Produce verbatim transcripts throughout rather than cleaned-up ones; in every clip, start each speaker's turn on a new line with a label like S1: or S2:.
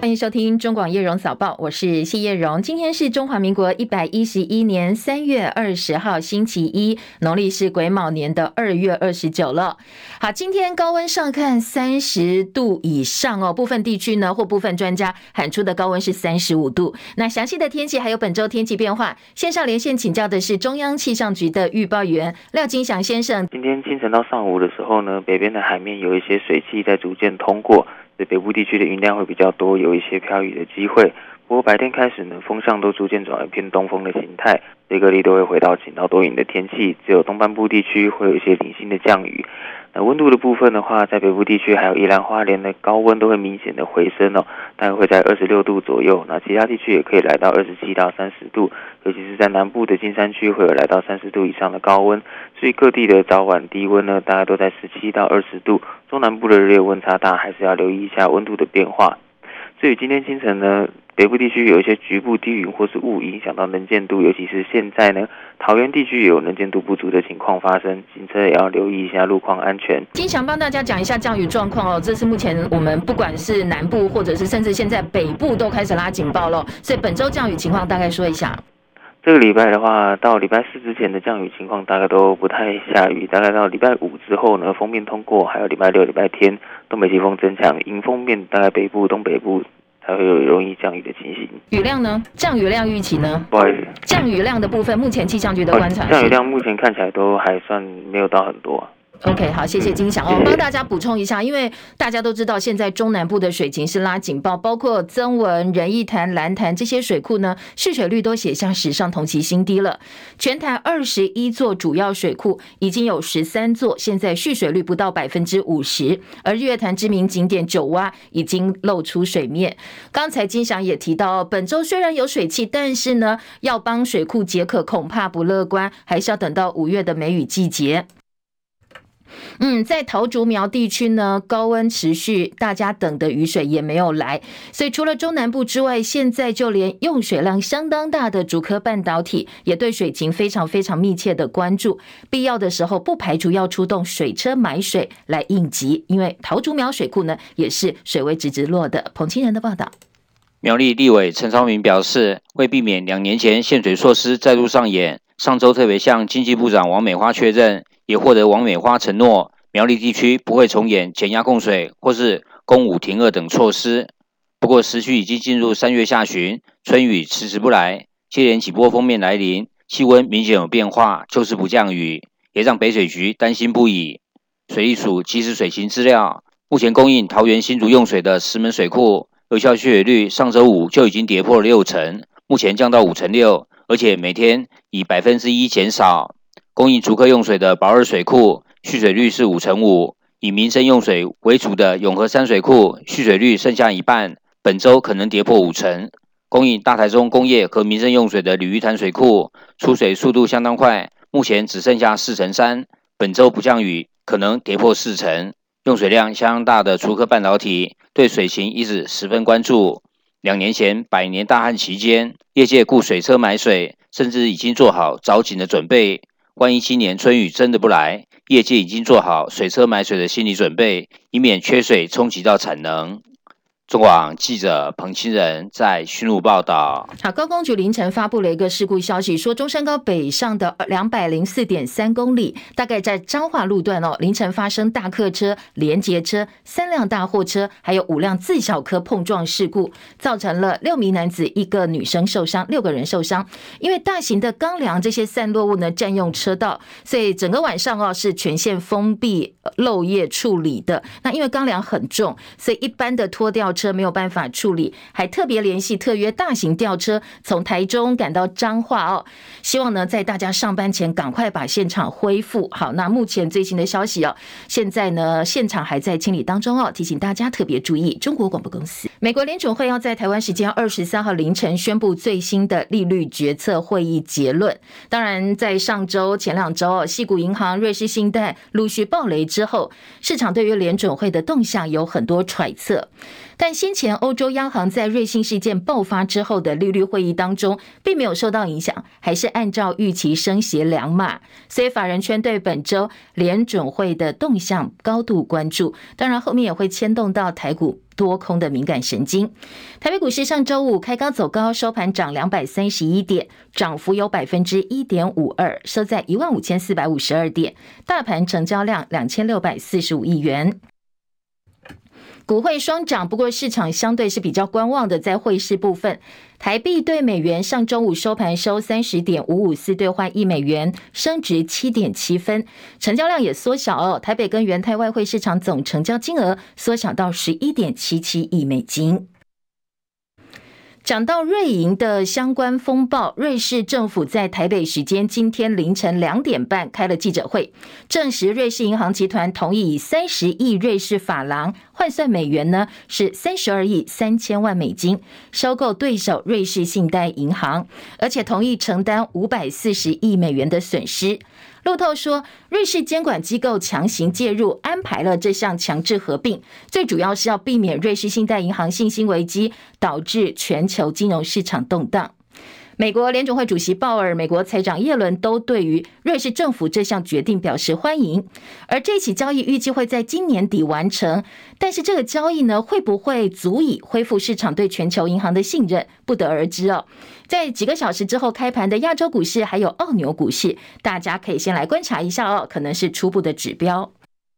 S1: 欢迎收听中广叶荣早报，我是谢叶荣。今天是中华民国一百一十一年三月二十号星期一，农历是癸卯年的二月二十九了。好，今天高温上看三十度以上哦，部分地区呢或部分专家喊出的高温是三十五度。那详细的天气还有本周天气变化，线上连线请教的是中央气象局的预报员廖金祥先生。
S2: 今天清晨到上午的时候呢，北边的海面有一些水汽在逐渐通过，所以北部地区的云量会比较多，有一些飘雨的机会。不过白天开始呢，风向都逐渐转为偏东风的形态，所以各地都会回到晴到多云的天气，只有东半部地区会有一些零星的降雨。那温度的部分的话，在北部地区还有宜兰花莲的高温都会明显的回升哦，大概会在二十六度左右。那其他地区也可以来到二十七到三十度，尤其是在南部的金山区会有来到三十度以上的高温。所以各地的早晚低温呢，大概都在十七到二十度。中南部的日夜温差大，还是要留意一下温度的变化。所以今天清晨呢，北部地区有一些局部低云或是雾影响到能见度，尤其是现在呢，桃园地区也有能见度不足的情况发生，行车也要留意一下路况安全。
S1: 经常帮大家讲一下降雨状况哦，这是目前我们不管是南部或者是甚至现在北部都开始拉警报了，所以本周降雨情况大概说一下。
S2: 这个礼拜的话，到礼拜四之前的降雨情况大概都不太下雨，大概到礼拜五之后呢，锋面通过，还有礼拜六、礼拜天东北季风增强，迎风面大概北部、东北部才会有容易降雨的情形。
S1: 雨量呢？降雨量预期呢？
S2: 不好意思，
S1: 降雨量的部分，目前气象局的观察、哦，
S2: 降雨量目前看起来都还算没有到很多、啊。
S1: OK， 好，谢谢金祥哦，帮大家补充一下，因为大家都知道现在中南部的水情是拉警报，包括曾文、仁义潭、蓝潭这些水库呢，蓄水率都写下史上同期新低了。全台二十一座主要水库已经有十三座现在蓄水率不到百分之五十，而日月潭知名景点九蛙已经露出水面。刚才金祥也提到，本周虽然有水汽，但是呢，要帮水库解渴恐怕不乐观，还是要等到五月的梅雨季节。嗯，在桃竹苗地区呢，高温持续，大家等的雨水也没有来，所以除了中南部之外，现在就连用水量相当大的竹科半导体也对水情非常非常密切的关注，必要的时候不排除要出动水车买水来应急，因为桃竹苗水库呢也是水位直直落的。彭清仁的报道。
S3: 苗栗立委陈超明表示，为避免两年前限水措施再度上演，上周特别向经济部长王美花确认，也获得王美花承诺，苗栗地区不会重演减压供水或是供五停二等措施。不过时区已经进入三月下旬，春雨迟迟不来，接连几波锋面来临，气温明显有变化，就是不降雨，也让北水局担心不已。水利署即时水情资料，目前供应桃园新竹用水的石门水库有效蓄水率上周五就已经跌破了六成，目前降到五成六，而且每天以百分之一减少。供应竹科用水的宝二水库蓄水率是五成五，以民生用水为主的永和山水库蓄水率剩下一半，本周可能跌破五成。供应大台中工业和民生用水的鲤鱼潭水库出水速度相当快，目前只剩下四成三，本周不降雨，可能跌破四成。用水量相当大的竹科半导体对水情一直十分关注。两年前百年大旱期间，业界雇水车买水，甚至已经做好找井的准备。万一今年春雨真的不来，业界已经做好水车买水的心理准备，以免缺水冲击到产能。中广记者彭清仁在巡路报道。
S1: 好，高工局凌晨发布了一个事故消息，说中山高北上的两百零四点三公里，大概在彰化路段哦，凌晨发生大客车、联结车、三辆大货车，还有五辆自小客碰撞事故，造成了六名男子、一个女生受伤，六个人受伤。因为大型的钢梁这些散落物呢占用车道，所以整个晚上哦是全线封闭漏夜处理的。那因为钢梁很重，所以一般的拖吊车没有办法处理，还特别联系特约大型吊车从台中赶到彰化哦，希望呢在大家上班前赶快把现场恢复好。那目前最新的消息哦，现在呢现场还在清理当中哦，提醒大家特别注意。中国广播公司，美国联准会要在台湾时间二十三号凌晨宣布最新的利率决策会议结论。当然，在上周前两周哦，矽谷银行、瑞士信贷陆续爆雷之后，市场对于联准会的动向有很多揣测。但先前欧洲央行在瑞信事件爆发之后的利率会议当中并没有受到影响，还是按照预期升息两码，所以法人圈对本周联准会的动向高度关注，当然后面也会牵动到台股多空的敏感神经。台北股市上周五开高走高，收盘涨两百三十一点，涨幅有 百分之一点五二， 收在一万五千四百五十二点，大盘成交量两千六百四十五亿元。股汇双涨，不过市场相对是比较观望的。在汇市部分，台币对美元上周五收盘收 三十点五五四兑换一美元，升值 七点七分，成交量也缩小哦。台北跟元泰外汇市场总成交金额缩小到 十一点七七亿美金。讲到瑞银的相关风暴，瑞士政府在台北时间今天凌晨两点半开了记者会，证实瑞士银行集团同意以三十亿瑞士法郎换算美元呢是三十二亿三千万美金，收购对手瑞士信贷银行，而且同意承担五百四十亿美元的损失。路透说，瑞士监管机构强行介入，安排了这项强制合并，最主要是要避免瑞士信贷银行信心危机导致全球金融市场动荡。美国联准会主席鲍尔、美国财长耶伦都对于瑞士政府这项决定表示欢迎，而这起交易预计会在今年底完成，但是这个交易呢，会不会足以恢复市场对全球银行的信任，不得而知哦。在几个小时之后开盘的亚洲股市还有澳纽股市，大家可以先来观察一下哦，可能是初步的指标。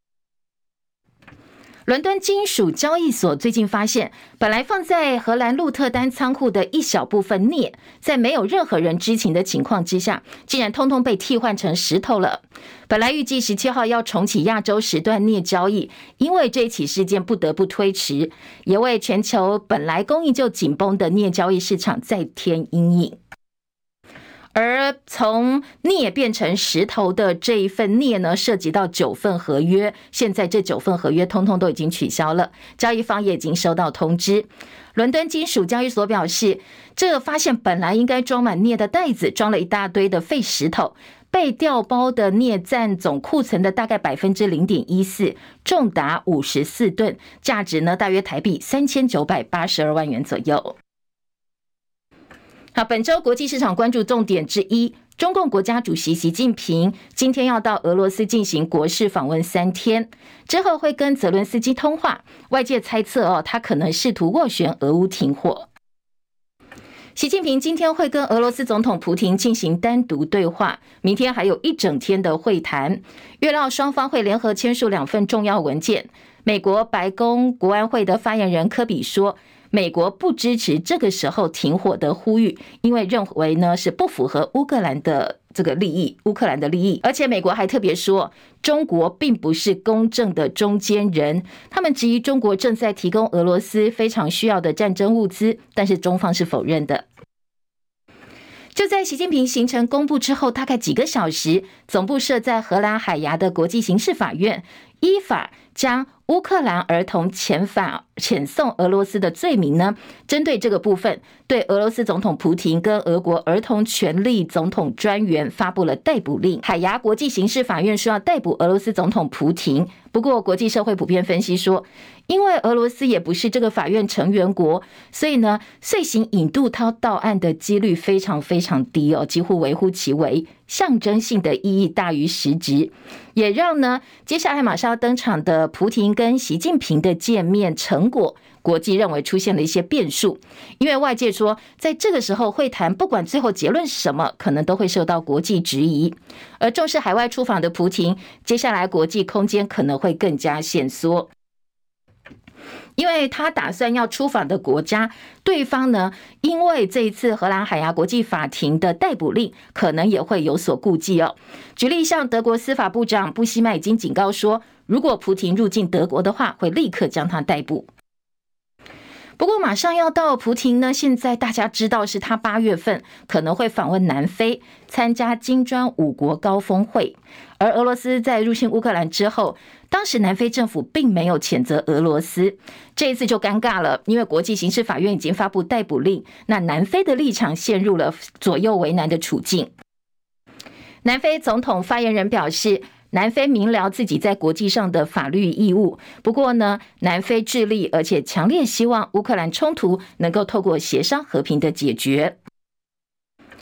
S1: 伦敦金属交易所最近发现，本来放在荷兰鹿特丹仓库的一小部分镍，在没有任何人知情的情况之下，竟然通通被替换成石头了。本来预计十七号要重启亚洲时段镍交易，因为这起事件不得不推迟，也为全球本来供应就紧绷的镍交易市场再添阴影。而从镍变成石头的这一份镍呢，涉及到九份合约，现在这九份合约通通都已经取消了，交易方也已经收到通知。伦敦金属交易所表示，这个发现本来应该装满镍的袋子装了一大堆的废石头，被调包的镍占总库存的大概 百分之零点一四， 重达五十四吨，价值呢大约台币三千九百八十二万元左右。好，本周国际市场关注重点之一，中共国家主席习近平今天要到俄罗斯进行国事访问三天，之后会跟泽伦斯基通话，外界猜测哦，他可能试图斡旋俄乌停火。习近平今天会跟俄罗斯总统普亭进行单独对话，明天还有一整天的会谈，预料双方会联合签署两份重要文件。美国白宫国安会的发言人科比说，美国不支持这个时候停火的呼吁，因为认为呢是不符合乌克兰的这个利益，乌克兰的利益。而且美国还特别说，中国并不是公正的中间人，他们质疑中国正在提供俄罗斯非常需要的战争物资，但是中方是否认的。就在习近平行程公布之后大概几个小时，总部设在荷兰海牙的国际刑事法院依法将乌克兰儿童遣返遣送俄罗斯的罪名呢，针对这个部分，对俄罗斯总统普亭跟俄国儿童权利总统专员发布了逮捕令。海牙国际刑事法院说要逮捕俄罗斯总统普亭，不过国际社会普遍分析说，因为俄罗斯也不是这个法院成员国，所以呢，遂行引渡他到案的几率非常非常低哦，几乎微乎其微，象征性的意义大于实质，也让呢接下来马上要登场的普亭跟习近平的见面成果，国际认为出现了一些变数，因为外界说在这个时候会谈不管最后结论是什么，可能都会受到国际质疑，而重视海外出访的普亭，接下来国际空间可能会更加限缩，因为他打算要出访的国家，对方呢，因为这一次荷兰海牙国际法庭的逮捕令，可能也会有所顾忌哦。举例，像德国司法部长布希曼已经警告说，如果普亭入境德国的话，会立刻将他逮捕。不过马上要到普亭呢，现在大家知道是他八月份可能会访问南非，参加金砖五国高峰会。而俄罗斯在入侵乌克兰之后，当时南非政府并没有谴责俄罗斯，这一次就尴尬了，因为国际刑事法院已经发布逮捕令，那南非的立场陷入了左右为难的处境。南非总统发言人表示，南非明了自己在国际上的法律义务，不过呢，南非致力而且强烈希望乌克兰冲突能够透过协商和平的解决。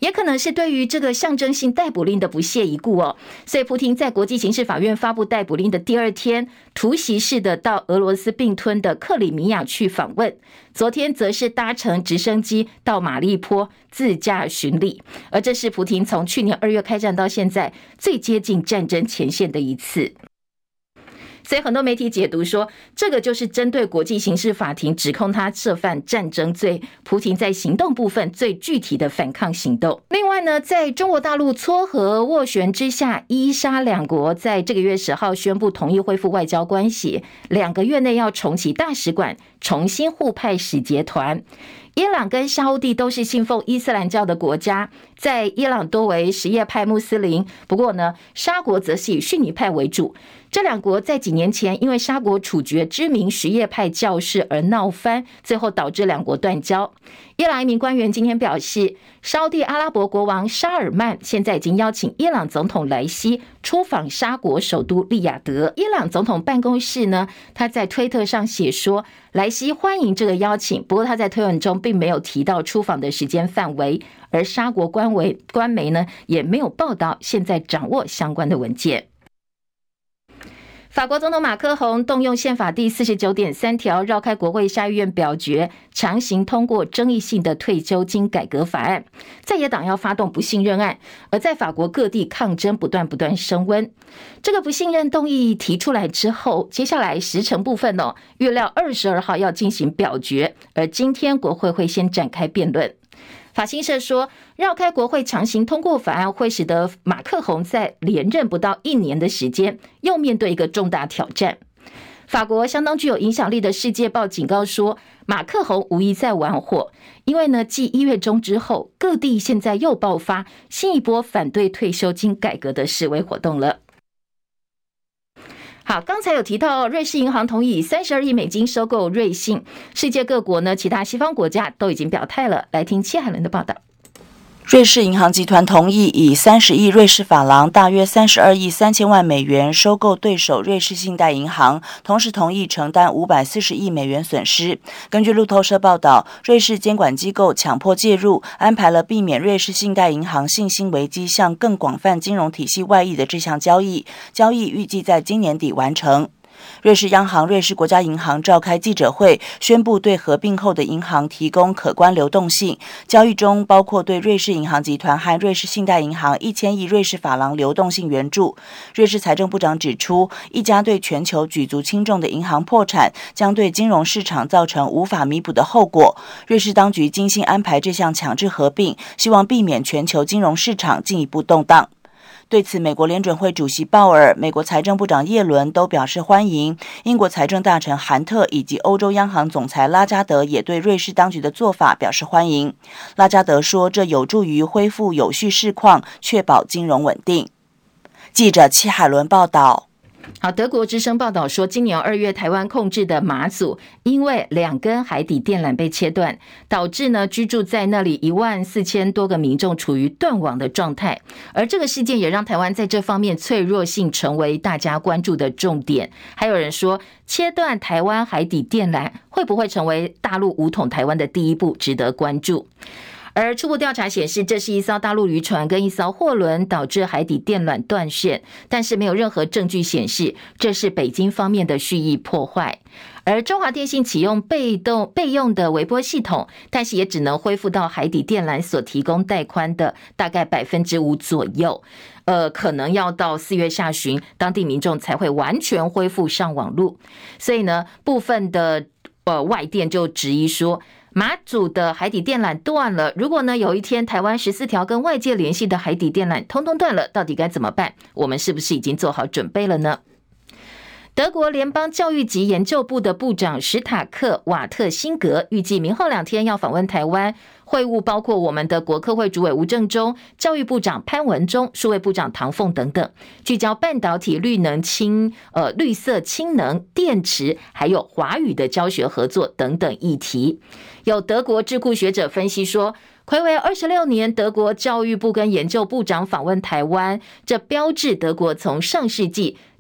S1: 也可能是对于这个象征性逮捕令的不屑一顾哦。所以普亭在国际刑事法院发布逮捕令的第二天，突袭式的到俄罗斯并吞的克里米亚去访问，昨天则是搭乘直升机到马利坡自驾巡礼，而这是普亭从去年二月开战到现在最接近战争前线的一次。所以很多媒体解读说，这个就是针对国际刑事法庭指控他涉犯战争罪，普亭在行动部分最具体的反抗行动。另外呢，在中国大陆撮合斡旋之下，伊沙两国在这个月十号宣布同意恢复外交关系，两个月内要重启大使馆，重新互派使节团。伊朗跟沙烏地都是信奉伊斯兰教的国家，在伊朗多为什叶派穆斯林，不过呢，沙国则是以逊尼派为主。这两国在几年前因为沙国处决知名什叶派教士而闹翻，最后导致两国断交。伊朗一名官员今天表示，沙烏地阿拉伯国王沙尔曼现在已经邀请伊朗总统莱西出访沙国首都利雅得。伊朗总统办公室呢，他在推特上写说，莱西欢迎这个邀请，不过他在推文中并没有提到出访的时间范围，而沙国官媒官媒呢也没有报道现在掌握相关的文件。法国总统马克宏动用宪法第四十九点三条，绕开国会下议院表决，强行通过争议性的退休金改革法案。在野党要发动不信任案，而在法国各地抗争不断不断升温。这个不信任动议提出来之后，接下来时程部分哦，预料二十二号要进行表决，而今天国会会先展开辩论。法新社说，绕开国会强行通过法案，会使得马克宏在连任不到一年的时间，又面对一个重大挑战。法国相当具有影响力的《世界报》警告说，马克宏无疑在玩火，因为呢，继一月中之后，各地现在又爆发新一波反对退休金改革的示威活动了。好，刚才有提到瑞士银行同意三十二亿美金收购瑞信，世界各国呢，其他西方国家都已经表态了。来听戚海伦的报道。
S4: 瑞士银行集团同意以三十亿瑞士法郎，大约三十二亿三千万美元收购对手瑞士信贷银行，同时同意承担五百四十亿美元损失。根据路透社报道，瑞士监管机构强迫介入，安排了避免瑞士信贷银行信心危机向更广泛金融体系外溢的这项交易，交易预计在今年底完成。瑞士央行瑞士国家银行召开记者会，宣布对合并后的银行提供可观流动性。交易中包括对瑞士银行集团和瑞士信贷银行一千亿瑞士法郎流动性援助。瑞士财政部长指出，一家对全球举足轻重的银行破产，将对金融市场造成无法弥补的后果。瑞士当局精心安排这项强制合并，希望避免全球金融市场进一步动荡。对此，美国联准会主席鲍尔、美国财政部长耶伦都表示欢迎，英国财政大臣韩特以及欧洲央行总裁拉加德也对瑞士当局的做法表示欢迎。拉加德说，这有助于恢复有序市况，确保金融稳定。记者戚海伦报道。
S1: 好，德国之声报道说，今年二月台湾控制的马祖，因为两根海底电缆被切断，导致呢居住在那里一万四千多个民众处于断网的状态。而这个事件也让台湾在这方面脆弱性成为大家关注的重点。还有人说，切断台湾海底电缆会不会成为大陆武统台湾的第一步，值得关注。而初步调查显示，这是一艘大陆渔船跟一艘货轮导致海底电缆断线，但是没有任何证据显示这是北京方面的蓄意破坏。而中华电信启用被动备用的微波系统，但是也只能恢复到海底电缆所提供带宽的大概百分之五左右。呃，可能要到四月下旬，当地民众才会完全恢复上网路。所以呢，部分的呃外电就质疑说，马祖的海底电缆断了，如果呢有一天台湾十四条跟外界联系的海底电缆通通断了，到底该怎么办？我们是不是已经做好准备了呢？德国联邦教育及研究部的部长史塔克瓦特辛格预计明后两天要访问台湾，会晤包括我们的国科会主委吴正中、教育部长潘文忠、数位部长唐凤等等，聚焦半导体、绿能氢、呃绿色氢能、电池，还有华语的教学合作等等议题。有德国智库学者分析说，睽违二十六年，德国教育部跟研究部长访问台湾，这标志德国从上世纪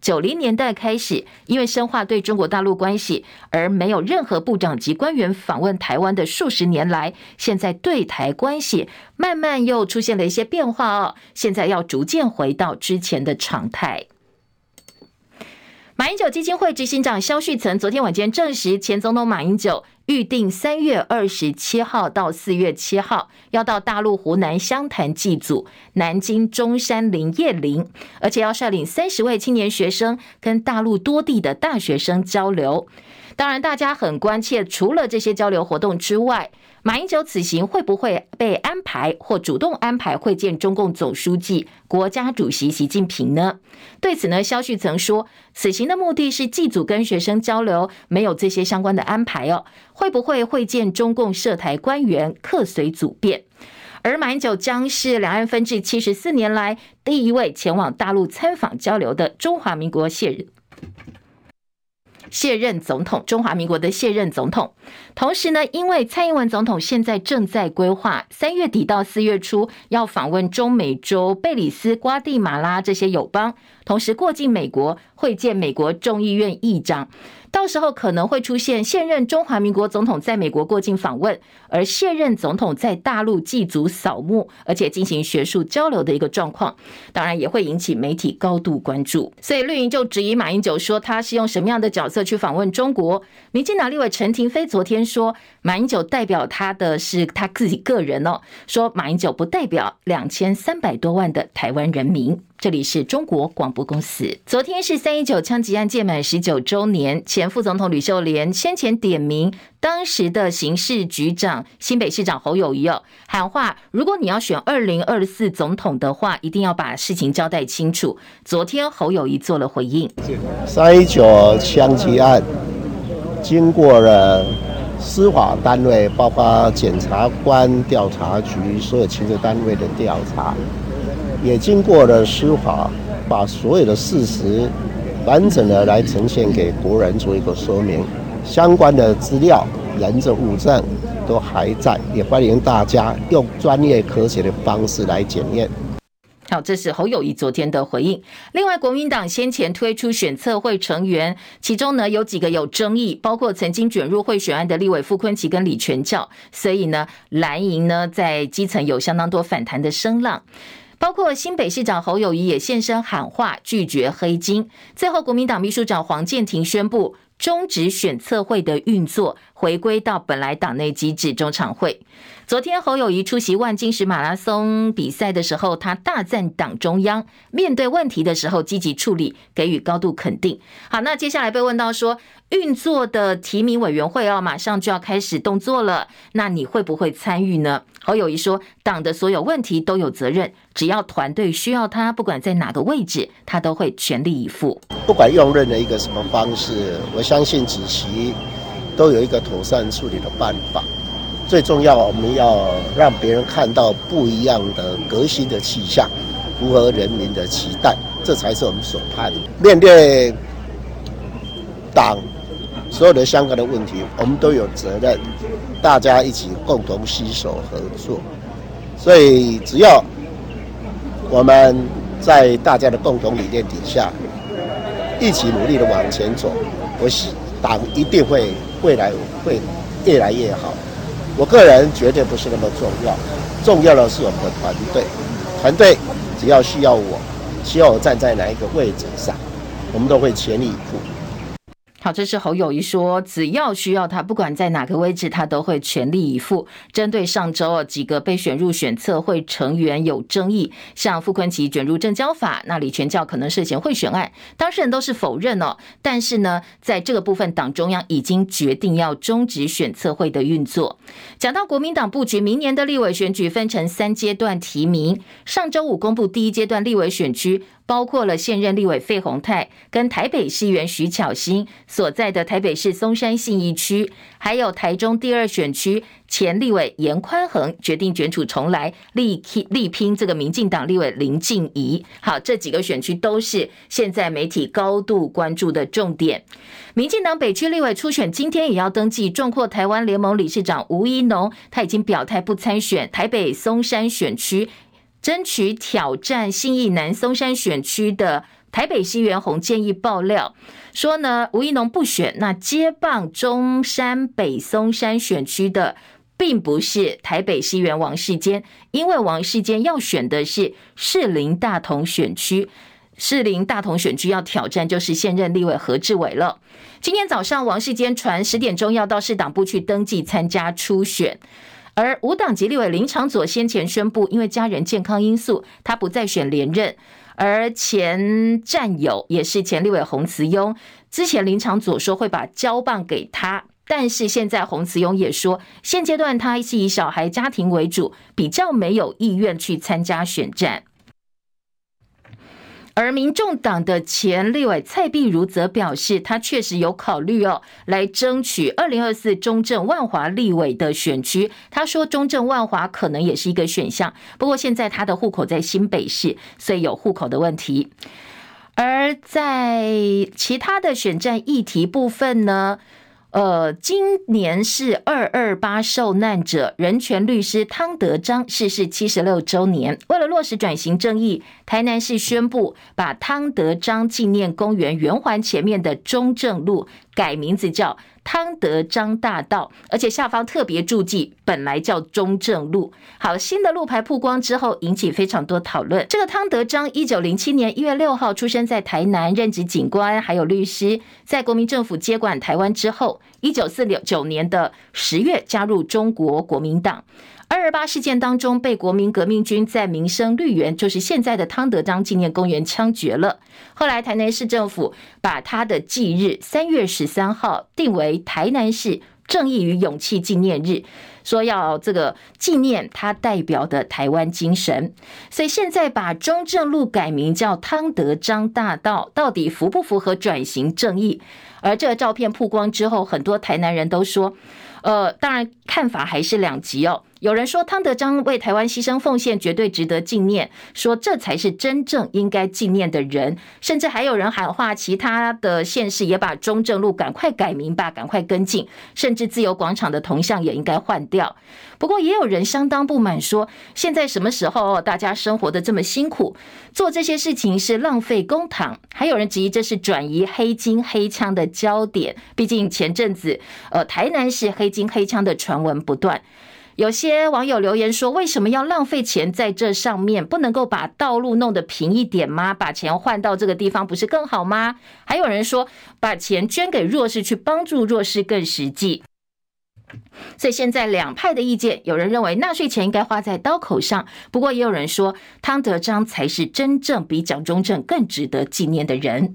S1: 九零年代开始，因为深化对中国大陆关系而没有任何部长级官员访问台湾的数十年来，现在对台关系慢慢又出现了一些变化哦，现在要逐渐回到之前的常态。马英九基金会执行长萧旭岑昨天晚间证实，前总统马英九预定三月二十七号到四月七号要到大陆湖南湘潭祭祖、南京中山陵谒陵，而且要率领三十位青年学生跟大陆多地的大学生交流。当然大家很关切，除了这些交流活动之外，马英九此行会不会被安排或主动安排会见中共总书记、国家主席习近平呢？对此呢，萧旭岑说，此行的目的是祭祖跟学生交流，没有这些相关的安排哦。会不会会见中共涉台官员，客随主便。而马英九将是两岸分治七十四年来第一位前往大陆参访交流的中华民国卸任卸任总统，中华民国的卸任总统。同时呢，因为蔡英文总统现在正在规划三月底到四月初要访问中美洲、贝里斯、瓜地马拉这些友邦，同时过境美国会见美国众议院议长。到时候可能会出现现任中华民国总统在美国过境访问，而现任总统在大陆祭祖扫墓，而且进行学术交流的一个状况，当然也会引起媒体高度关注。所以绿营就质疑马英九说他是用什么样的角色去访问中国。民进党立委陈亭妃昨天说，马英九代表他的是他自己个人哦，说马英九不代表两千三百多万的台湾人民。这里是中国广播公司。昨天是三一九枪击案届满十九周年，前副总统吕秀莲先前点名当时的刑事局长新北市长侯友宜哦，喊话如果你要选二零二四总统的话，一定要把事情交代清楚。昨天侯友宜做了回应。
S5: 三一九枪击案经过了司法单位，包括检察官、调查局所有行政单位的调查，也经过了司法把所有的事实完整的来呈现给国人做一个说明，相关的资料、人证物证都还在，也欢迎大家用专业科学的方式来检验。
S1: 好，这是侯友宜昨天的回应。另外，国民党先前推出选测会成员，其中呢有几个有争议，包括曾经卷入贿选案的立委傅昆萁跟李全教，所以呢蓝营呢在基层有相当多反弹的声浪。包括新北市长侯友宜也现身喊话，拒绝黑金。最后，国民党秘书长黄健庭宣布终止选测会的运作，回归到本来党内机制中常会。昨天侯友宜出席万金石马拉松比赛的时候，他大赞党中央面对问题的时候积极处理，给予高度肯定。好，那接下来被问到说运作的提名委员会哦，马上就要开始动作了，那你会不会参与呢？侯友宜说，党的所有问题都有责任，只要团队需要他，不管在哪个位置，他都会全力以赴。
S5: 不管用任何一个什么方式，我相信主席都有一个妥善处理的办法。最重要，我们要让别人看到不一样的革新的气象，符合人民的期待，这才是我们所盼的。面对党所有的相关的问题，我们都有责任，大家一起共同携手合作。所以，只要我们在大家的共同理念底下，一起努力的往前走，我党一定会未来会越来越好。我个人绝对不是那么重要，重要的是我们的团队。团队只要需要我，需要我站在哪一个位置上，我们都会全力以赴。
S1: 好，这是侯友宜说，只要需要他，不管在哪个位置，他都会全力以赴。针对上周几个被选入选测会成员有争议，像傅昆萁卷入证交法，那李全教可能涉嫌贿选案，当事人都是否认哦。但是呢，在这个部分，党中央已经决定要终止选测会的运作。讲到国民党布局明年的立委选举，分成三阶段提名。上周五公布第一阶段立委选区，包括了现任立委费鸿泰跟台北市议员徐巧芯所在的台北市松山信义区，还有台中第二选区前立委严宽恒决定卷土重来，力力拼这个民进党立委林静怡。好，这几个选区都是现在媒体高度关注的重点。民进党北区立委初选今天也要登记，壮阔台湾联盟理事长吴怡农他已经表态不参选台北松山选区，争取挑战信义南松山选区的台北市议员洪建议爆料说呢，吴怡农不选，那接棒中山北松山选区的并不是台北市议员王世坚，因为王世坚要选的是士林大同选区，士林大同选区要挑战就是现任立委何志伟了。今天早上王世坚传十点钟要到市党部去登记参加初选，而无党籍立委林昶佐先前宣布，因为家人健康因素，他不再选连任。而前战友也是前立委洪慈庸，之前林昶佐说会把交棒给他，但是现在洪慈庸也说，现阶段他是以小孩家庭为主，比较没有意愿去参加选战。而民众党的前立委蔡壁如则表示，他确实有考虑哦，来争取二零二四中正万华立委的选区。他说中正万华可能也是一个选项，不过现在他的户口在新北市，所以有户口的问题。而在其他的选战议题部分呢，呃，今年是二二八受难者人权律师汤德章逝世七十六周年。为了落实转型正义，台南市宣布把汤德章纪念公园圆环前面的中正路改名字叫汤德章大道，而且下方特别注记本来叫中正路。好，新的路牌曝光之后引起非常多讨论。这个汤德章一九零七年一月六号出生在台南，任职警官还有律师，在国民政府接管台湾之后，一九四九年的十月加入中国国民党。二二八事件当中，被国民革命军在民生绿园，就是现在的汤德章纪念公园枪决了。后来台南市政府把他的忌日三月十三号定为台南市正义与勇气纪念日，说要这个纪念他代表的台湾精神。所以现在把中正路改名叫汤德章大道，到底符不符合转型正义？而这个照片曝光之后，很多台南人都说，呃，当然看法还是两极哦。有人说汤德章为台湾牺牲奉献绝对值得纪念，说这才是真正应该纪念的人，甚至还有人喊话其他的县市也把中正路赶快改名吧，赶快跟进，甚至自由广场的铜像也应该换掉。不过也有人相当不满，说现在什么时候大家生活的这么辛苦，做这些事情是浪费公帑。还有人质疑这是转移黑金黑枪的焦点，毕竟前阵子呃台南市黑金黑枪的传闻不断。有些网友留言说，为什么要浪费钱在这上面？不能够把道路弄得平一点吗？把钱换到这个地方不是更好吗？还有人说，把钱捐给弱势，去帮助弱势更实际。所以现在两派的意见，有人认为纳税钱应该花在刀口上，不过也有人说汤德章才是真正比蒋中正更值得纪念的人。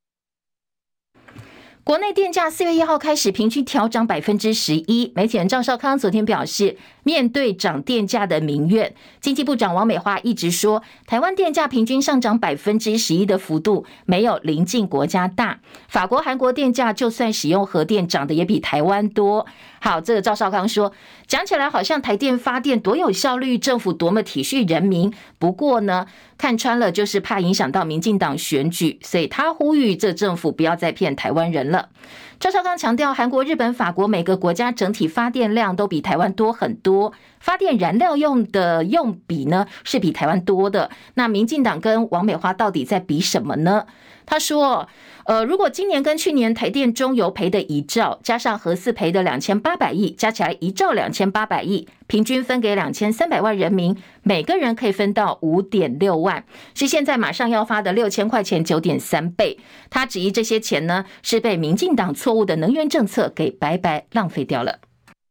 S1: 国内电价四月一号开始平均调涨百分之十一。媒体人赵少康昨天表示，面对涨电价的民怨，经济部长王美花一直说，台湾电价平均上涨百分之十一的幅度没有邻近国家大。法国、韩国电价就算使用核电，涨得也比台湾多。好，这个赵少康说，讲起来好像台电发电多有效率，政府多么体恤人民。不过呢，看穿了就是怕影响到民进党选举，所以他呼吁这政府不要再骗台湾人了。赵少康强调，韩国、日本、法国每个国家整体发电量都比台湾多很多，发电燃料用的用比呢是比台湾多的。那民进党跟王美花到底在比什么呢？他说，呃，如果今年跟去年台电中油赔的一兆，加上核四赔的两千八百亿，加起来一兆两千八百亿，平均分给两千三百万人民，每个人可以分到五点六万，是现在马上要发的六千块钱九点三倍。他质疑这些钱呢，是被民进党错误的能源政策给白白浪费掉了。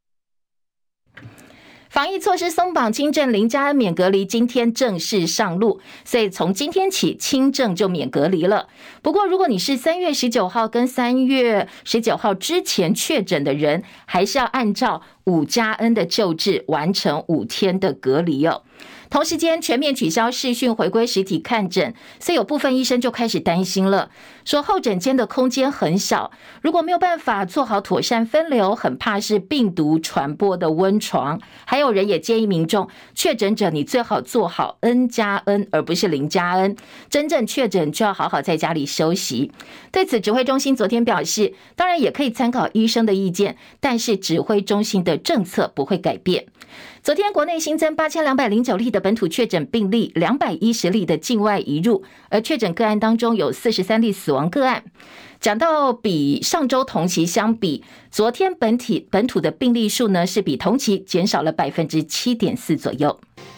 S1: 防疫措施松绑，轻症零加恩免隔离今天正式上路，所以从今天起轻症就免隔离了。不过如果你是三月十九号跟三月十九号之前确诊的人，还是要按照五加恩的旧制完成五天的隔离哦。同时间全面取消视讯，回归实体看诊，所以有部分医生就开始担心了，说候诊间的空间很小，如果没有办法做好妥善分流，很怕是病毒传播的温床。还有人也建议民众，确诊者你最好做好 N 加 N 而不是零加 N， 真正确诊就要好好在家里休息。对此指挥中心昨天表示，当然也可以参考医生的意见，但是指挥中心的政策不会改变。 昨天国内新增八千两百零九例的本土确诊病例，两百一十例的境外移入，而确诊个案当中有四十三例死亡个案。讲到比上周同期相比，昨天本体本土的病例数呢是比同期减少了百分之七点四左右。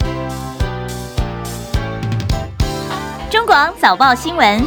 S6: 中广早报新闻。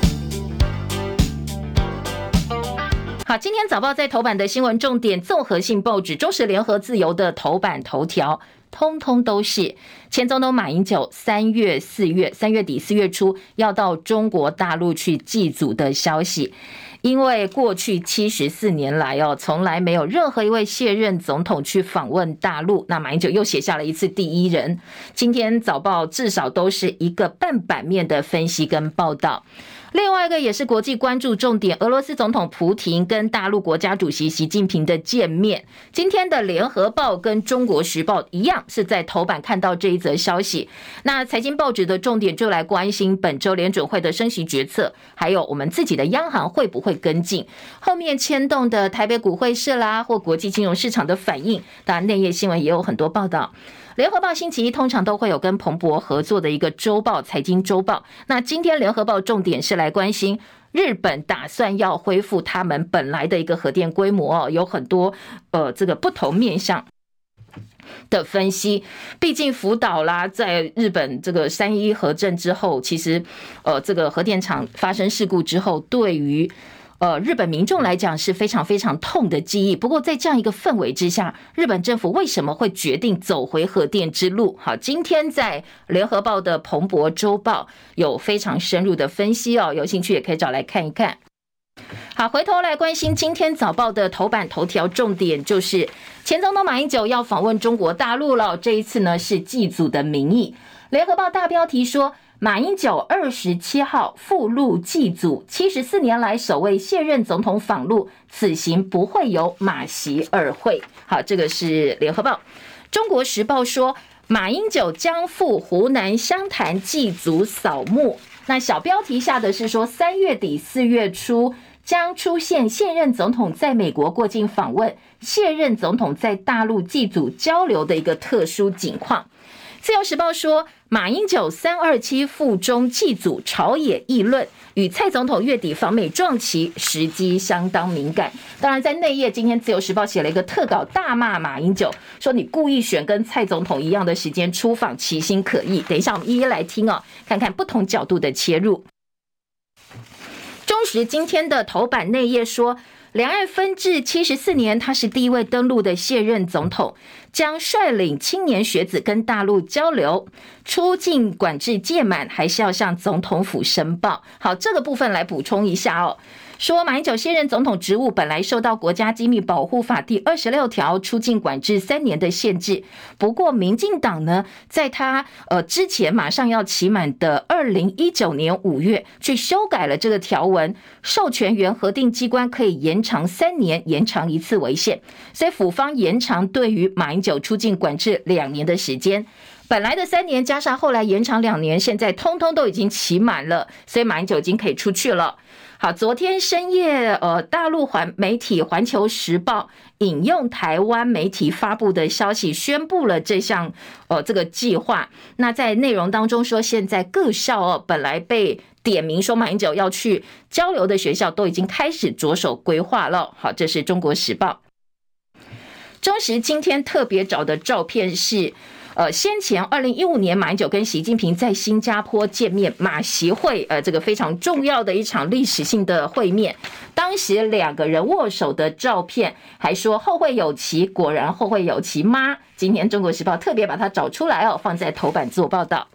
S1: 好，今天早报在头版的新闻重点，综合性报纸中时、联合、自由的头版头条，通通都是前总统马英九三月、四月、三月底、四月初要到中国大陆去祭祖的消息。因为过去七十四年来哦，从来没有任何一位卸任总统去访问大陆，那马英九又写下了一次第一人。今天早报至少都是一个半版面的分析跟报道。另外一个也是国际关注重点，俄罗斯总统普亭跟大陆国家主席习近平的见面。今天的联合报跟中国时报一样是在头版看到这一则消息。那财经报纸的重点就来关心本周联准会的升息决策，还有我们自己的央行会不会跟进，后面牵动的台北股汇市啦或国际金融市场的反应，当然内页新闻也有很多报道。联合报星期一通常都会有跟彭博合作的一个周报，财经周报。那今天联合报重点是来关心日本打算要恢复他们本来的一个核电规模哦，有很多呃这个不同面向的分析。毕竟福岛啦，在日本这个三一核震之后，其实呃这个核电厂发生事故之后，对于呃，日本民众来讲是非常非常痛的记忆。不过在这样一个氛围之下，日本政府为什么会决定走回核电之路？好，今天在联合报的彭博周报有非常深入的分析哦，有兴趣也可以找来看一看。好，回头来关心今天早报的头版头条重点，就是前总统马英九要访问中国大陆了，这一次呢是祭祖的名义。联合报大标题说，马英九二十七号赴陆祭祖，七十四年来首位卸任总统访陆，此行不会有马习二会。好，这个是联合报。中国时报说，马英九将赴湖南湘潭祭祖扫墓。那小标题下的是说，三月底四月初将出现现任总统在美国过境访问，卸任总统在大陆祭祖交流的一个特殊情况。自由时报说，马英九三二七赴中祭祖，朝野议论，与蔡总统月底访美撞期，时机相当敏感。当然在内页，今天自由时报写了一个特稿，大骂马英九，说你故意选跟蔡总统一样的时间出访，其心可疑。等一下我们一一来听哦，看看不同角度的切入。中时今天的头版内页说，两岸分治七十四年，他是第一位登陆的卸任总统，将率领青年学子跟大陆交流，出境管制届满还是要向总统府申报。好，这个部分来补充一下哦。说马英九卸任总统职务本来受到国家机密保护法第二十六条出境管制三年的限制，不过民进党呢，在他呃之前马上要期满的二零一九年五月去修改了这个条文，授权原核定机关可以延长三年，延长一次为限，所以府方延长对于马英九出境管制两年的时间。本来的三年加上后来延长两年，现在通通都已经期满了，所以马英九已经可以出去了。好，昨天深夜，呃，大陆环媒体《环球时报》引用台湾媒体发布的消息，宣布了这项呃这个计划。那在内容当中说，现在各校哦，本来被点名说马英九要去交流的学校，都已经开始着手规划了。好，这是中国时报。中时今天特别找的照片是。呃，先前二零一五年马英九跟习近平在新加坡见面，马习会呃这个非常重要的一场历史性的会面，当时两个人握手的照片，还说后会有期，果然后会有期吗？今天中国时报特别把它找出来哦，放在头版做报道。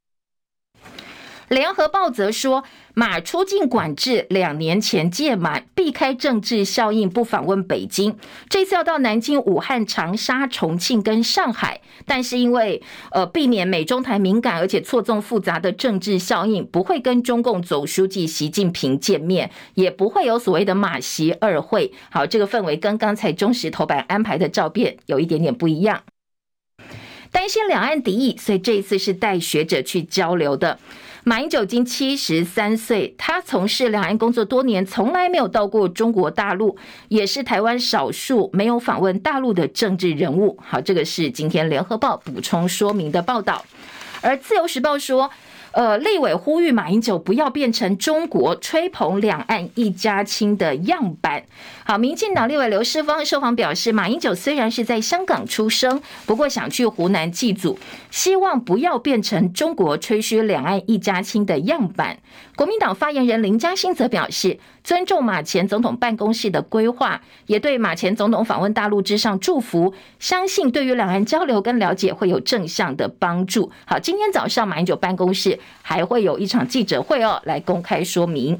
S1: 联合报则说，马出境管制两年前届满，避开政治效应不访问北京，这次要到南京、武汉、长沙、重庆跟上海，但是因为呃避免美中台敏感而且错综复杂的政治效应，不会跟中共总书记习近平见面，也不会有所谓的马习二会。好，这个氛围跟刚才中时头版安排的照片有一点点不一样。担心两岸敌意，所以这一次是带学者去交流的。 马英九今七十三岁，他从事两岸工作多年，从来没有到过中国大陆，也是台湾少数没有访问大陆的政治人物。好，这个是今天联合报补充说明的报道。而自由时报说，呃，立委呼吁马英九不要变成中国吹捧两岸一家亲的样板。好，民进党立委刘世芳受访表示，马英九虽然是在香港出生，不过想去湖南祭祖，希望不要变成中国吹嘘两岸一家亲的样板。国民党发言人林佳欣则表示，尊重马前总统办公室的规划，也对马前总统访问大陆之上祝福，相信对于两岸交流跟了解会有正向的帮助。好，今天早上马英九办公室还会有一场记者会哦，来公开说明。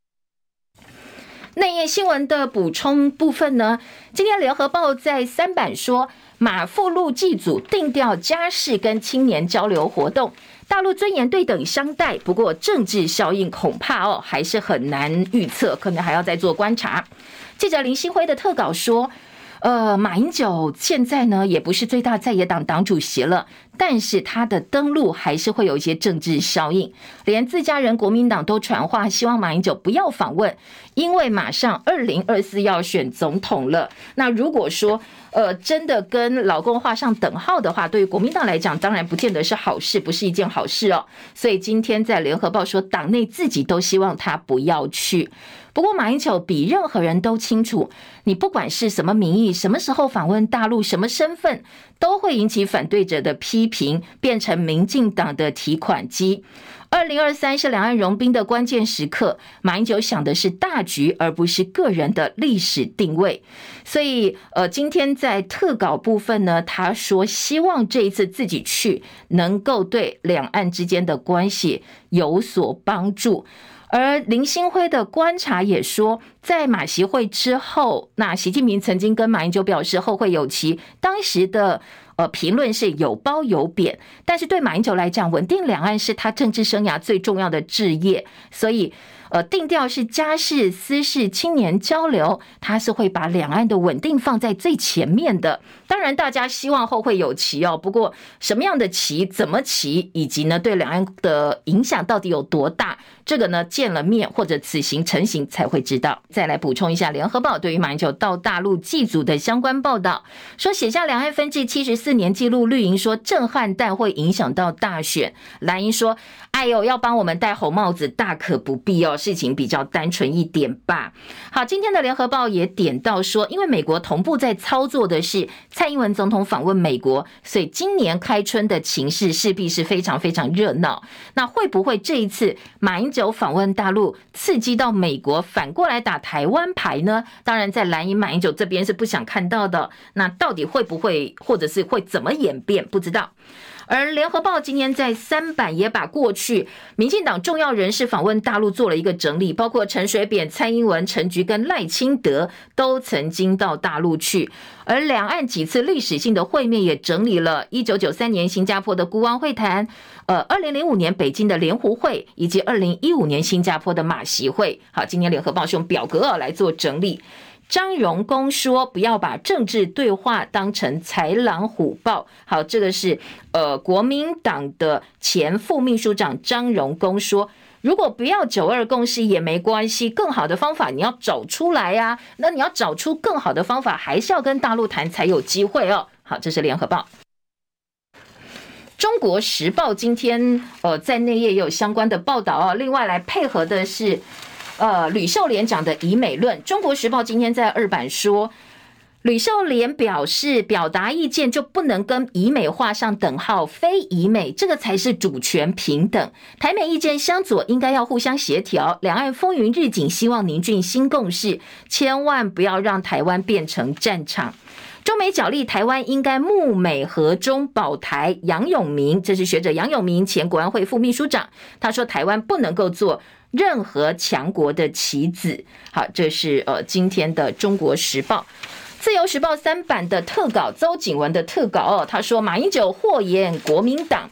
S1: 内页新闻的补充部分呢，今天联合报在三版说，马赴陆祭祖定调家事跟青年交流活动，大陆尊严对等相待，不过政治效应恐怕哦还是很难预测，可能还要再做观察。记者林新辉的特稿说，呃，马英九现在呢也不是最大在野党党主席了，但是他的登陆还是会有一些政治效应，连自家人国民党都传话希望马英九不要访问，因为马上二零二四要选总统了。那如果说呃真的跟老公画上等号的话，对于国民党来讲当然不见得是好事，不是一件好事哦。所以今天在联合报说，党内自己都希望他不要去。不过马英九比任何人都清楚，你不管是什么名义，什么时候访问大陆，什么身份，都会引起反对者的批评，变成民进党的提款机。二零二三是两岸融冰的关键时刻，马英九想的是大局，而不是个人的历史定位。所以呃，今天在特稿部分呢，他说希望这一次自己去能够对两岸之间的关系有所帮助。而林新辉的观察也说，在马习会之后，那习近平曾经跟马英九表示后会有期，当时的呃评论是有褒有贬，但是对马英九来讲，稳定两岸是他政治生涯最重要的志业，所以呃定调是家事、私事、青年交流，他是会把两岸的稳定放在最前面的。当然大家希望后会有期哦，不过什么样的期、怎么期，以及呢对两岸的影响到底有多大，这个呢见了面或者此行成行才会知道。再来补充一下联合报对于马英九到大陆祭祖的相关报道，说写下两岸分治七十四年记录，绿营说震撼但会影响到大选，蓝营说哎呦要帮我们戴红帽子大可不必哦，事情比较单纯一点吧。好，今天的联合报也点到说，因为美国同步在操作的是蔡英文总统访问美国，所以今年开春的情势势必是非常非常热闹。那会不会这一次马英九访问大陆刺激到美国反过来打台湾牌呢？当然在蓝营马英九这边是不想看到的，那到底会不会或者是会怎么演变不知道。而联合报今天在三版也把过去民进党重要人士访问大陆做了一个整理，包括陈水扁、蔡英文、陈菊跟赖清德都曾经到大陆去，而两岸几次历史性的会面也整理了一九九三年新加坡的孤汪会谈，呃，二零零五年北京的莲湖会，以及二零一五年新加坡的马习会。好，今天联合报是用表格来做整理。张荣恭说不要把政治对话当成豺狼虎豹。好，这个是呃国民党的前副秘书长张荣恭说，如果不要九二共识也没关系，更好的方法你要找出来啊，那你要找出更好的方法，还是要跟大陆谈才有机会哦。好，这是联合报。中国时报今天呃在内页也有相关的报道哦，另外来配合的是呃，吕秀莲讲的以美论。中国时报今天在二版说，吕秀莲表示，表达意见就不能跟以美画上等号，非以美，这个才是主权平等。台美意见相左，应该要互相协调。两岸风云日紧，希望凝聚新共识，千万不要让台湾变成战场。中美角力，台湾应该睦美和中保台。杨永明，这是学者杨永明，前国安会副秘书长，他说台湾不能够做任何强国的棋子。好，这是呃今天的中国时报。自由时报三版的特稿，邹景文的特稿哦，他说马英九祸延国民党。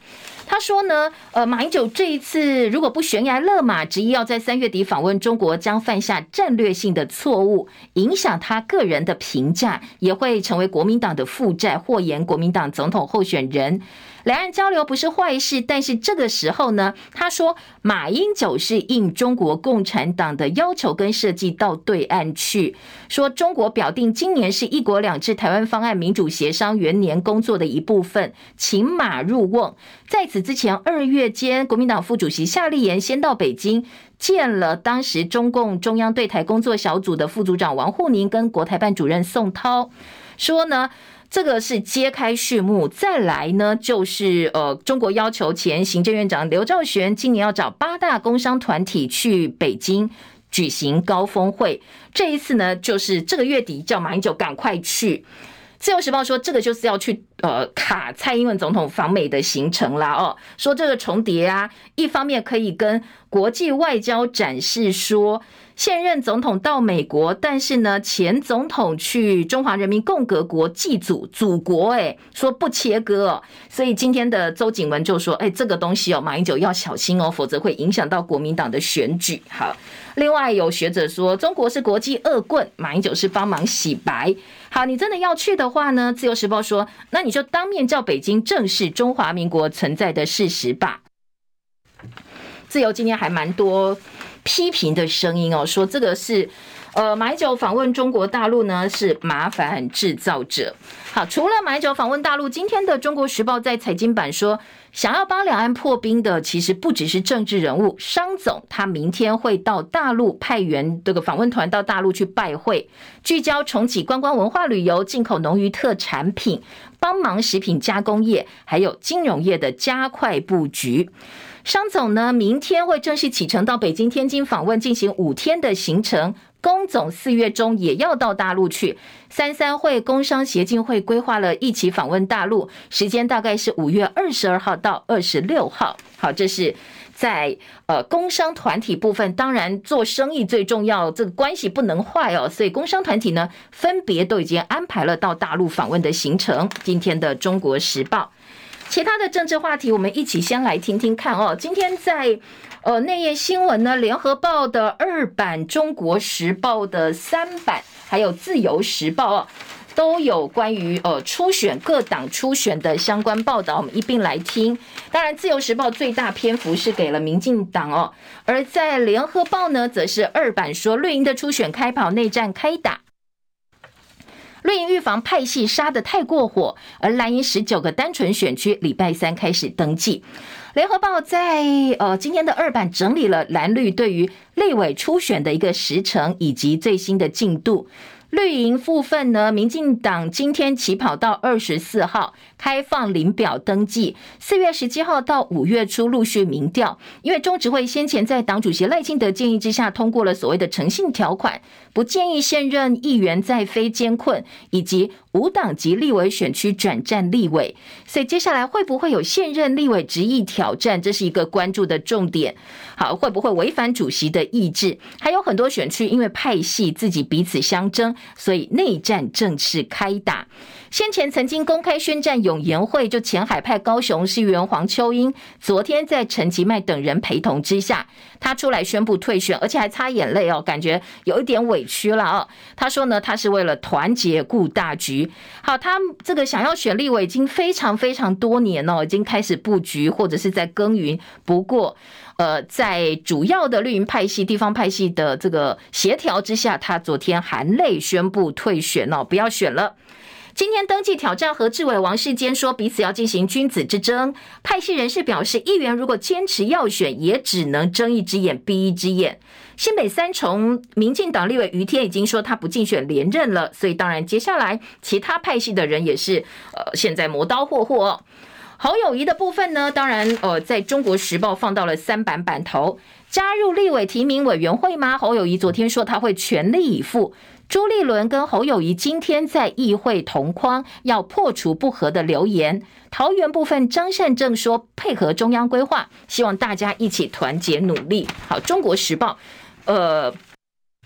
S1: 他说呢，呃，马英九这一次如果不悬崖勒马，执意要在三月底访问中国，将犯下战略性的错误，影响他个人的评价，也会成为国民党的负债，祸延国民党总统候选人。两岸交流不是坏事，但是这个时候呢，他说马英九是应中国共产党的要求跟设计到对岸去，说中国表定今年是一国两制台湾方案民主协商元年工作的一部分，请马入瓮。在此之前二月间，国民党副主席夏立言先到北京见了当时中共中央对台工作小组的副组长王沪宁跟国台办主任宋涛，说呢这个是揭开序幕。再来呢，就是呃，中国要求前行政院长刘兆玄今年要找八大工商团体去北京举行高峰会。这一次呢，就是这个月底叫马英九赶快去。自由时报说，这个就是要去呃卡蔡英文总统访美的行程啦哦，说这个重叠啊，一方面可以跟国际外交展示说现任总统到美国，但是呢，前总统去中华人民共和国祭祖祖国，哎，说不切割哦。所以今天的周景文就说，哎，这个东西哦，马英九要小心哦，否则会影响到国民党的选举。好，另外有学者说，中国是国际恶棍，马英九是帮忙洗白。好，你真的要去的话呢，自由时报说，那你就当面叫北京正视中华民国存在的事实吧。自由今天还蛮多批评的声音哦，说这个是呃马英九访问中国大陆呢是麻烦制造者。好，除了马英九访问大陆，今天的中国时报在财经版说，想要帮两岸破冰的其实不只是政治人物，商总他明天会到大陆派员这个访问团到大陆去拜会，聚焦重启观光文化旅游、进口农渔特产品，帮忙食品加工业还有金融业的加快布局。商总呢，明天会正式启程到北京、天津访问，进行五天的行程。工总四月中也要到大陆去，三三会、工商协进会规划了一起访问大陆，时间大概是五月二十二号到二十六号。好，这是在呃工商团体部分，当然做生意最重要，这个关系不能坏哦，所以工商团体呢分别都已经安排了到大陆访问的行程。今天的中国时报。其他的政治话题，我们一起先来听听看哦。今天在呃内页新闻呢，联合报的二版、中国时报的三版，还有自由时报哦，都有关于呃初选各党初选的相关报道，我们一并来听。当然，自由时报最大篇幅是给了民进党哦，而在联合报呢，则是二版说绿营的初选开跑，内战开打。绿营预防派系杀得太过火，而蓝营十九个单纯选区礼拜三开始登记。联合报在呃今天的二版整理了蓝绿对于立委初选的一个时程以及最新的进度。绿营部分呢，民进党今天起跑到二十四号开放领表登记，四月十七号到五月初陆续民调。因为中执会先前在党主席赖清德建议之下通过了所谓的诚信条款，不建议现任议员在非艰困以及无党籍立委选区转战立委，所以接下来会不会有现任立委执意挑战，这是一个关注的重点。好，会不会违反主席的意志？还有很多选区因为派系自己彼此相争，所以内战正式开打。先前曾经公开宣战永延会就前海派高雄市议员黄秋英，昨天在陈其迈等人陪同之下，他出来宣布退选，而且还擦眼泪哦，感觉有一点委屈了哦。他说呢，他是为了团结顾大局。好，他这个想要选立委已经非常非常多年哦，已经开始布局或者是在耕耘。不过呃，在主要的绿营派系、地方派系的这个协调之下，他昨天含泪宣布退选哦，不要选了。今天登记挑战何志伟、王世坚说彼此要进行君子之争。派系人士表示，议员如果坚持要选，也只能睁一只眼闭一只眼。新北三重民进党立委于天已经说他不竞选连任了，所以当然接下来其他派系的人也是呃现在磨刀霍霍哦。侯友宜的部分呢，当然呃在中国时报放到了三版版头。加入立委提名委员会吗？侯友宜昨天说他会全力以赴。朱立伦跟侯友宜今天在议会同框，要破除不合的流言。桃园部分，张善政说配合中央规划，希望大家一起团结努力。好，中国时报，呃。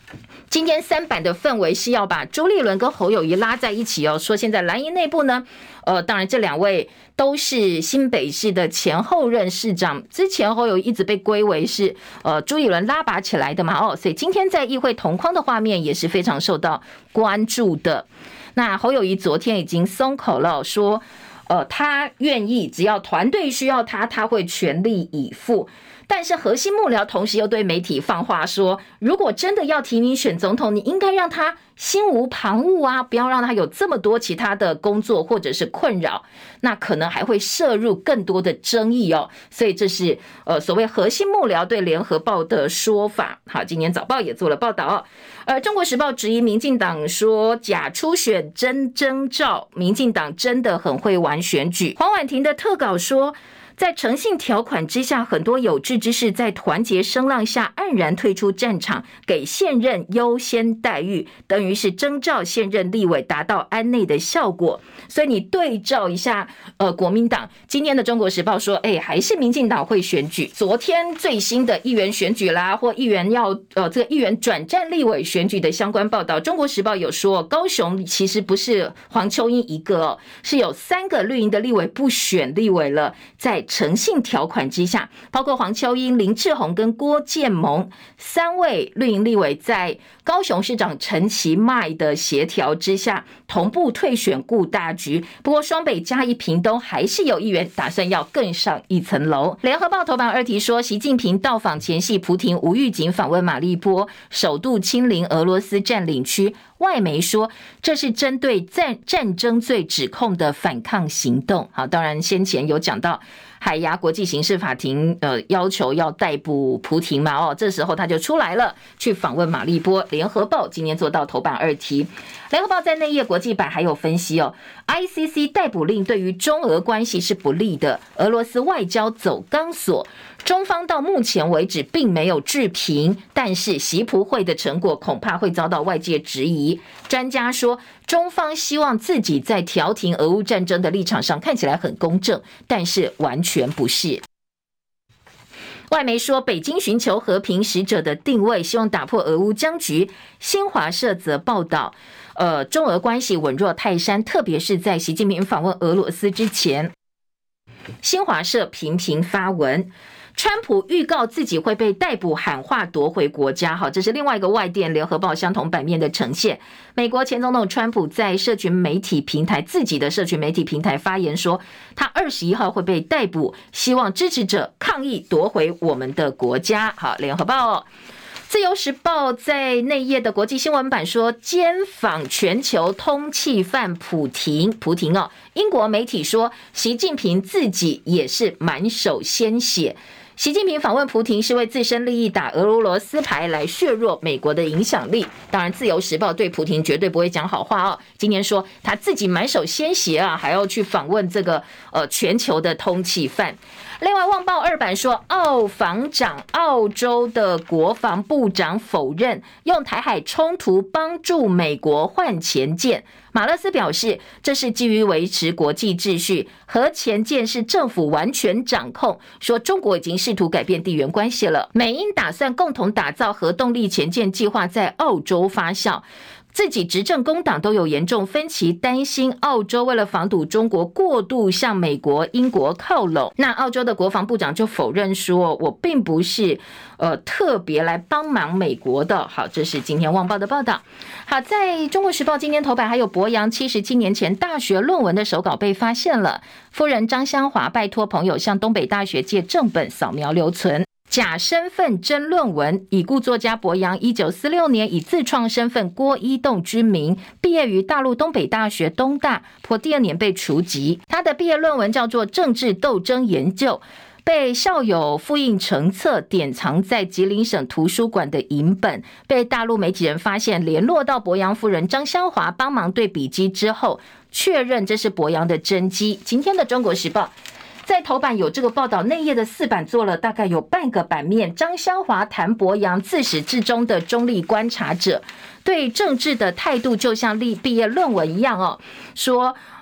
S1: 今天三版的氛围是要把朱立伦跟侯友宜拉在一起哦，说现在蓝营内部呢，呃，当然这两位都是新北市的前后任市长，之前侯友宜一直被归为是呃朱立伦拉拔起来的嘛，哦，所以今天在议会同框的画面也是非常受到关注的。那侯友宜昨天已经松口了，说呃他愿意，只要团队需要他，他会全力以赴。但是核心幕僚同时又对媒体放话说，如果真的要提名选总统，你应该让他心无旁骛啊，不要让他有这么多其他的工作或者是困扰，那可能还会涉入更多的争议哦。所以这是呃所谓核心幕僚对联合报的说法。好，今年早报也做了报道哦。而中国时报质疑民进党说假初选真征兆，民进党真的很会玩选举。黄婉婷的特稿说，在诚信条款之下，很多有志之士在团结声浪下黯然退出战场，给现任优先待遇，等于是征召现任立委达到安内的效果。所以你对照一下，呃，国民党今天的中国时报说，哎，还是民进党会选举。昨天最新的议员选举啦，或议员要呃这个议员转战立委选举的相关报道，中国时报有说，高雄其实不是黄秋英一个哦，是有三个绿营的立委不选立委了，在诚信条款之下，包括黄秋英、林志宏跟郭建盟三位绿营立委在高雄市长陈其迈的协调之下，同步退选顾大局。不过双北嘉义屏东还是有议员打算要更上一层楼。联合报头版二题说，习近平到访前夕，蒲亭无预警访问马利波，首度亲临俄罗斯占领区。外媒说这是针对战战争罪指控的反抗行动。好，当然先前有讲到海牙国际刑事法庭呃要求要逮捕蒲亭嘛，哦，这时候他就出来了，去访问马利波。联合报今天做到头版二题。联合报在内页国际版还有分析哦 ，I C C 逮捕令对于中俄关系是不利的，俄罗斯外交走钢索。中方到目前为止并没有置评，但是习蒲会的成果恐怕会遭到外界质疑。专家说，中方希望自己在调停俄乌战争的立场上看起来很公正，但是完全不是。外媒说，北京寻求和平使者的定位，希望打破俄乌僵局。新华社则报道，呃，中俄关系稳若泰山，特别是在习近平访问俄罗斯之前。新华社频频发文，川普预告自己会被逮捕，喊话夺回国家。好，这是另外一个外电联合报相同版面的呈现。美国前总统川普在社群媒体平台自己的社群媒体平台发言说，他二十一号会被逮捕，希望支持者抗议夺回我们的国家。好，联合报哦。自由时报在内页的国际新闻版说，监访全球通缉犯蒲亭，蒲亭哦，英国媒体说，习近平自己也是满手鲜血。习近平访问蒲亭是为自身利益打俄罗斯牌，来削弱美国的影响力。当然，自由时报对蒲亭绝对不会讲好话哦。今年说他自己满手鲜血啊，还要去访问这个呃全球的通缉犯。另外，《旺报》二版说，澳防长、澳洲的国防部长否认用台海冲突帮助美国换前舰。马勒斯表示，这是基于维持国际秩序，核前舰是政府完全掌控，说中国已经试图改变地缘关系了。美英打算共同打造核动力前舰计划在澳洲发酵。自己执政工党都有严重分歧，担心澳洲为了防堵中国过度向美国、英国靠拢。那澳洲的国防部长就否认说，我并不是呃特别来帮忙美国的。好，这是今天《旺报》的报道。好，在中国时报今天头版还有博洋七十七年前大学论文的手稿被发现了，夫人张湘华拜托朋友向东北大学借正本扫描留存。假身份真论文，已故作家博洋一九四六年以自创身份郭一栋之名毕业于大陆东北大学东大，颇第二年被除籍。他的毕业论文叫做《政治斗争研究》，被校友复印成册，典藏在吉林省图书馆的银本，被大陆媒体人发现，联络到博洋夫人张湘华帮忙对笔迹之后，确认这是博洋的真迹。今天的《中国时报》在头版有这个报道，内页的四版做了大概有半个版面。张湘华谈博洋自始至终的中立观察者，对政治的态度就像毕业论文一样哦，说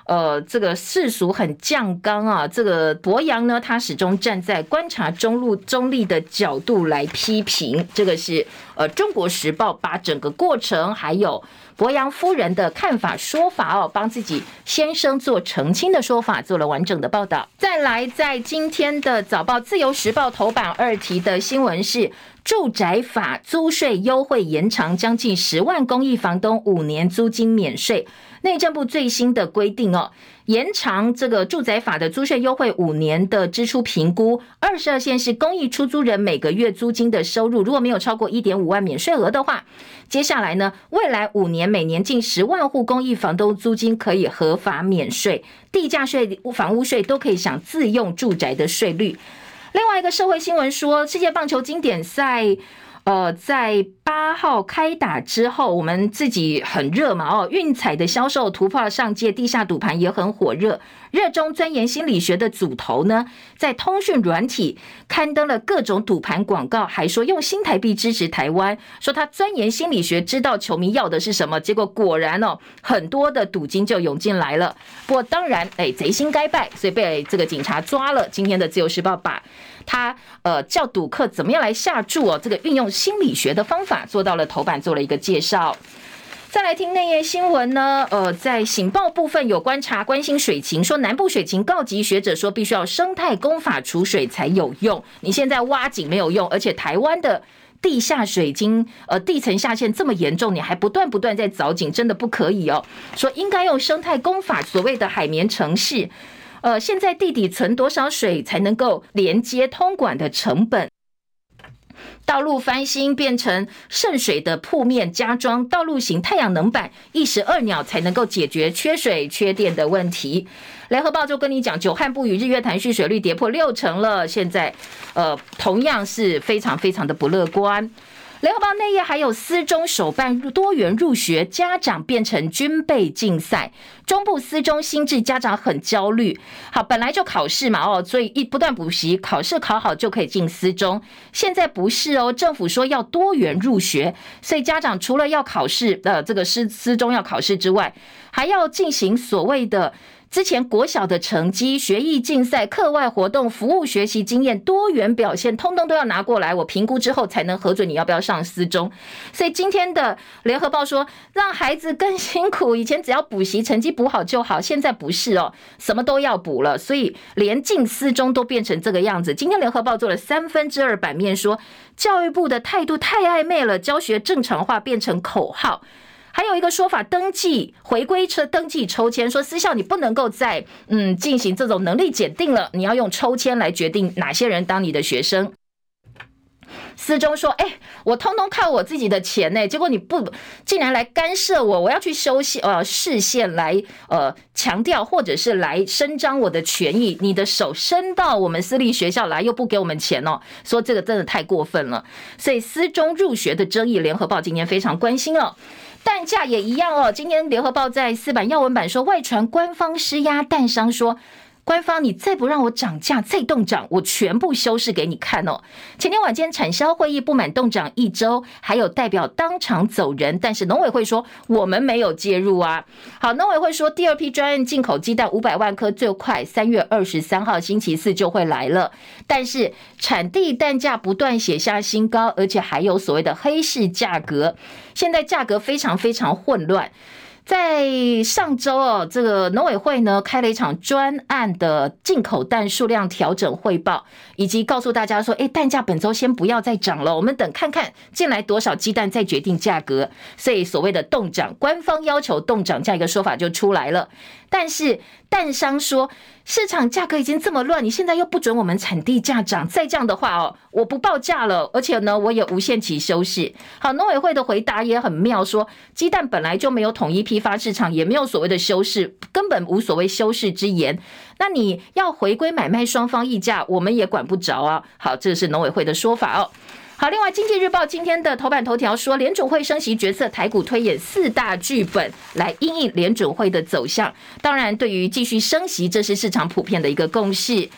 S1: 呃，这个世俗很降纲啊，这个博洋呢，他始终站在观察中路中立的角度来批评，这个是呃《中国时报》把整个过程还有博洋夫人的看法说法哦，帮自己先生做澄清的说法，做了完整的报道。再来，在今天的早报《自由时报》头版二题的新闻是。住宅法租税优惠延长，将近十万公益房东五年租金免税。内政部最新的规定哦，延长这个住宅法的租税优惠五年的支出评估。二十二县市公益出租人每个月租金的收入，如果没有超过 一点五万免税额的话，接下来呢，未来五年每年近十万户公益房东租金可以合法免税，地价税、房屋税都可以享自用住宅的税率。另外一个社会新闻说，世界棒球经典赛，呃，在八号开打之后，我们自己很热嘛哦，运彩的销售突破上届，地下赌盘也很火热。热衷钻研心理学的组头呢，在通讯软体刊登了各种赌盘广告，还说用新台币支持台湾，说他钻研心理学，知道球迷要的是什么。结果果然哦，很多的赌金就涌进来了。不过当然，哎，贼心该败，所以被这个警察抓了。今天的自由时报把他呃叫赌客怎么样来下注哦，这个运用心理学的方法做到了头版，做了一个介绍。再来听内页新闻呢，呃，在醒报部分有观察关心水情，说南部水情告急，学者说必须要生态工法储水才有用，你现在挖井没有用，而且台湾的地下水经呃地层下陷这么严重，你还不断不断在凿井，真的不可以哦。说应该用生态工法，所谓的海绵城市，呃，现在地底存多少水才能够连接通管的成本？道路翻新变成渗水的铺面加装道路型太阳能板，一石二鸟才能够解决缺水缺电的问题。联合报就跟你讲，久旱不雨，日月潭蓄水率跌破六成了，现在呃同样是非常非常的不乐观。联合报内页还有私中首办多元入学，家长变成军备竞赛，中部私中新制，家长很焦虑。好，本来就考试嘛哦，所以一不断补习，考试考好就可以进私中。现在不是哦，政府说要多元入学，所以家长除了要考试呃这个私私中要考试之外，还要进行所谓的之前国小的成绩、学艺竞赛、课外活动、服务学习经验、多元表现，通通都要拿过来，我评估之后才能核准你要不要上私中。所以今天的联合报说，让孩子更辛苦，以前只要补习成绩补好就好，现在不是哦，什么都要补了，所以连进私中都变成这个样子。今天联合报做了三分之二版面说，教育部的态度太暧昧了，教学正常化变成口号。还有一个说法，登记回归车登记抽签，说私校你不能够再嗯进行这种能力检定了，你要用抽签来决定哪些人当你的学生。私中说，哎、欸，我通通靠我自己的钱呢，结果你不竟然来干涉我，我要去修呃视线来呃强调或者是来伸张我的权益，你的手伸到我们私立学校来，又不给我们钱哦，说这个真的太过分了。所以私中入学的争议，联合报今天非常关心哦。蛋价也一样哦，今天联合报在四版要闻版说，外传官方施压蛋商说，官方你再不让我涨价，再冻涨，我全部修饰给你看哦。前天晚间产销会议不满冻涨一周，还有代表当场走人，但是农委会说我们没有介入啊。好，农委会说第二批专案进口鸡蛋五百万颗，最快三月二十三号星期四就会来了，但是产地蛋价不断写下新高，而且还有所谓的黑市价格，现在价格非常非常混乱。在上周哦，这个农委会呢开了一场专案的进口蛋数量调整汇报，以及告诉大家说，哎，蛋价本周先不要再涨了，我们等看看进来多少鸡蛋再决定价格。所以所谓的冻涨，官方要求冻涨这样一个说法就出来了。但是蛋商说，市场价格已经这么乱，你现在又不准我们产地价涨，再这样的话哦，我不报价了，而且呢，我也无限期休市。好，农委会的回答也很妙，说鸡蛋本来就没有统一批发市场，也没有所谓的休市，根本无所谓休市之言。那你要回归买卖双方议价，我们也管不着啊。好，这是农委会的说法哦。好，另外经济日报今天的头版头条说，联准会升息决策，台股推演四大剧本来因应联准会的走向。当然对于继续升息，这是市场普遍的一个共识。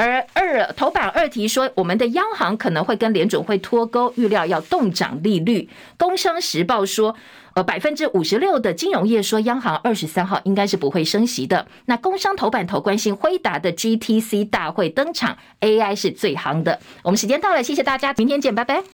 S1: 而二头版二题说，我们的央行可能会跟联准会脱钩，预料要动涨利率。工商时报说，呃，百分之五十六的金融业说，央行二十三号应该是不会升息的。那工商头版头关心辉达的 G T C 大会登场 ，A I 是最夯的。我们时间到了，谢谢大家，明天见，拜拜。